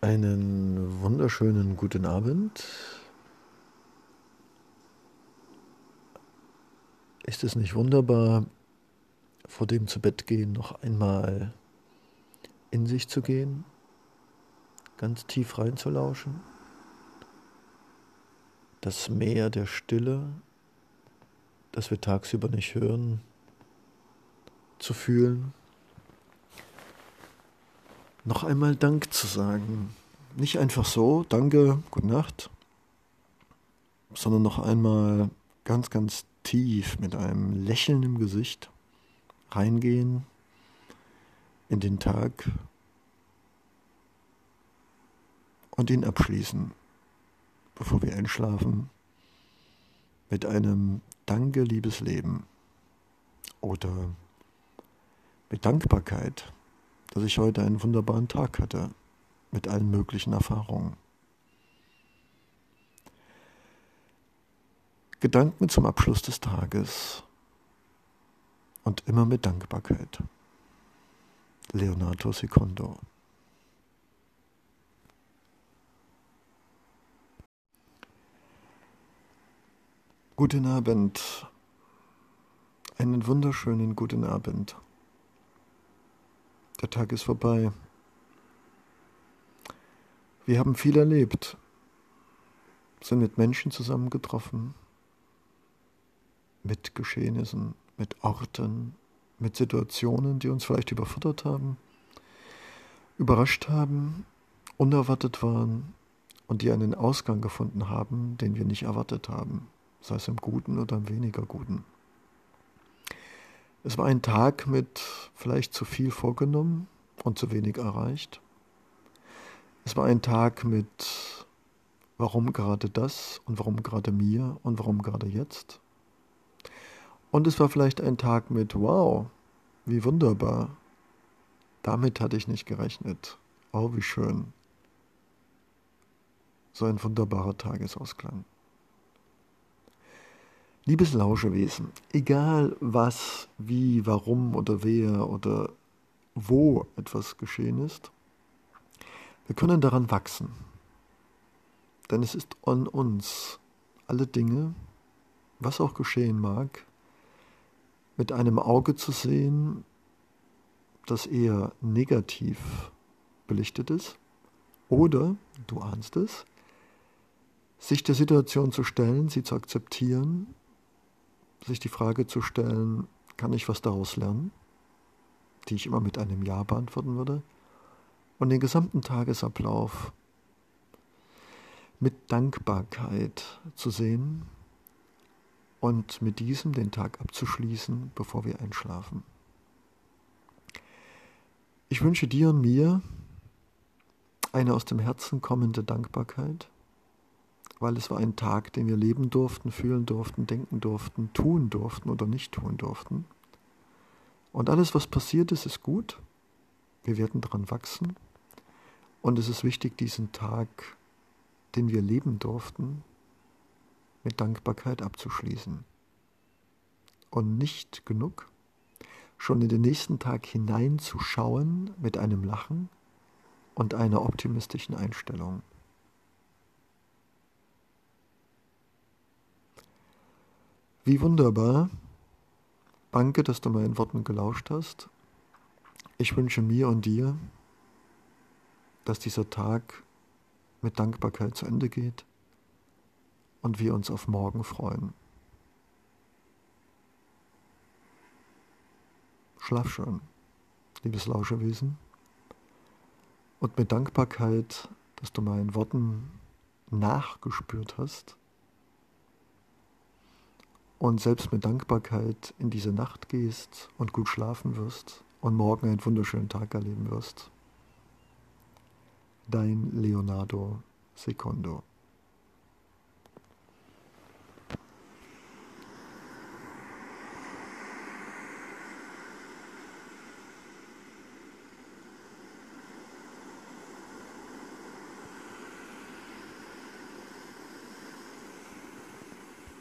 Einen wunderschönen guten Abend. Ist es nicht wunderbar, vor dem Zubettgehen noch einmal in sich zu gehen, ganz tief reinzulauschen, das Meer der Stille, das wir tagsüber nicht hören, zu fühlen, noch einmal Dank zu sagen. Nicht einfach so, danke, gute Nacht, sondern noch einmal ganz, ganz tief mit einem Lächeln im Gesicht reingehen in den Tag und ihn abschließen, bevor wir einschlafen, mit einem Danke, liebes Leben oder mit Dankbarkeit, dass ich heute einen wunderbaren Tag hatte, mit allen möglichen Erfahrungen. Gedanken zum Abschluss des Tages und immer mit Dankbarkeit. Leonardo Secondo. Guten Abend, einen wunderschönen guten Abend. Der Tag ist vorbei. Wir haben viel erlebt, sind mit Menschen zusammengetroffen, mit Geschehnissen, mit Orten, mit Situationen, die uns vielleicht überfordert haben, überrascht haben, unerwartet waren und die einen Ausgang gefunden haben, den wir nicht erwartet haben, sei es im Guten oder im weniger Guten. Es war ein Tag mit vielleicht zu viel vorgenommen und zu wenig erreicht. Es war ein Tag mit warum gerade das und warum gerade mir und warum gerade jetzt. Und es war vielleicht ein Tag mit wow, wie wunderbar. Damit hatte ich nicht gerechnet. Oh, wie schön. So ein wunderbarer Tagesausklang. Liebes Lauschewesen, egal was, wie, warum oder wer oder wo etwas geschehen ist, wir können daran wachsen. Denn es ist an uns, alle Dinge, was auch geschehen mag, mit einem Auge zu sehen, das eher negativ belichtet ist, oder, du ahnst es, sich der Situation zu stellen, sie zu akzeptieren, sich die Frage zu stellen, kann ich was daraus lernen, die ich immer mit einem Ja beantworten würde, und den gesamten Tagesablauf mit Dankbarkeit zu sehen und mit diesem den Tag abzuschließen, bevor wir einschlafen. Ich wünsche dir und mir eine aus dem Herzen kommende Dankbarkeit, weil es war ein Tag, den wir leben durften, fühlen durften, denken durften, tun durften oder nicht tun durften. Und alles, was passiert ist, ist gut. Wir werden daran wachsen. Und es ist wichtig, diesen Tag, den wir leben durften, mit Dankbarkeit abzuschließen. Und nicht genug, schon in den nächsten Tag hineinzuschauen mit einem Lachen und einer optimistischen Einstellung. Wie wunderbar. Danke, dass du meinen Worten gelauscht hast. Ich wünsche mir und dir, dass dieser Tag mit Dankbarkeit zu Ende geht und wir uns auf morgen freuen. Schlaf schön, liebes Lauschewesen, und mit Dankbarkeit, dass du meinen Worten nachgespürt hast und selbst mit Dankbarkeit in diese Nacht gehst und gut schlafen wirst und morgen einen wunderschönen Tag erleben wirst. Dein Leonardo Secondo.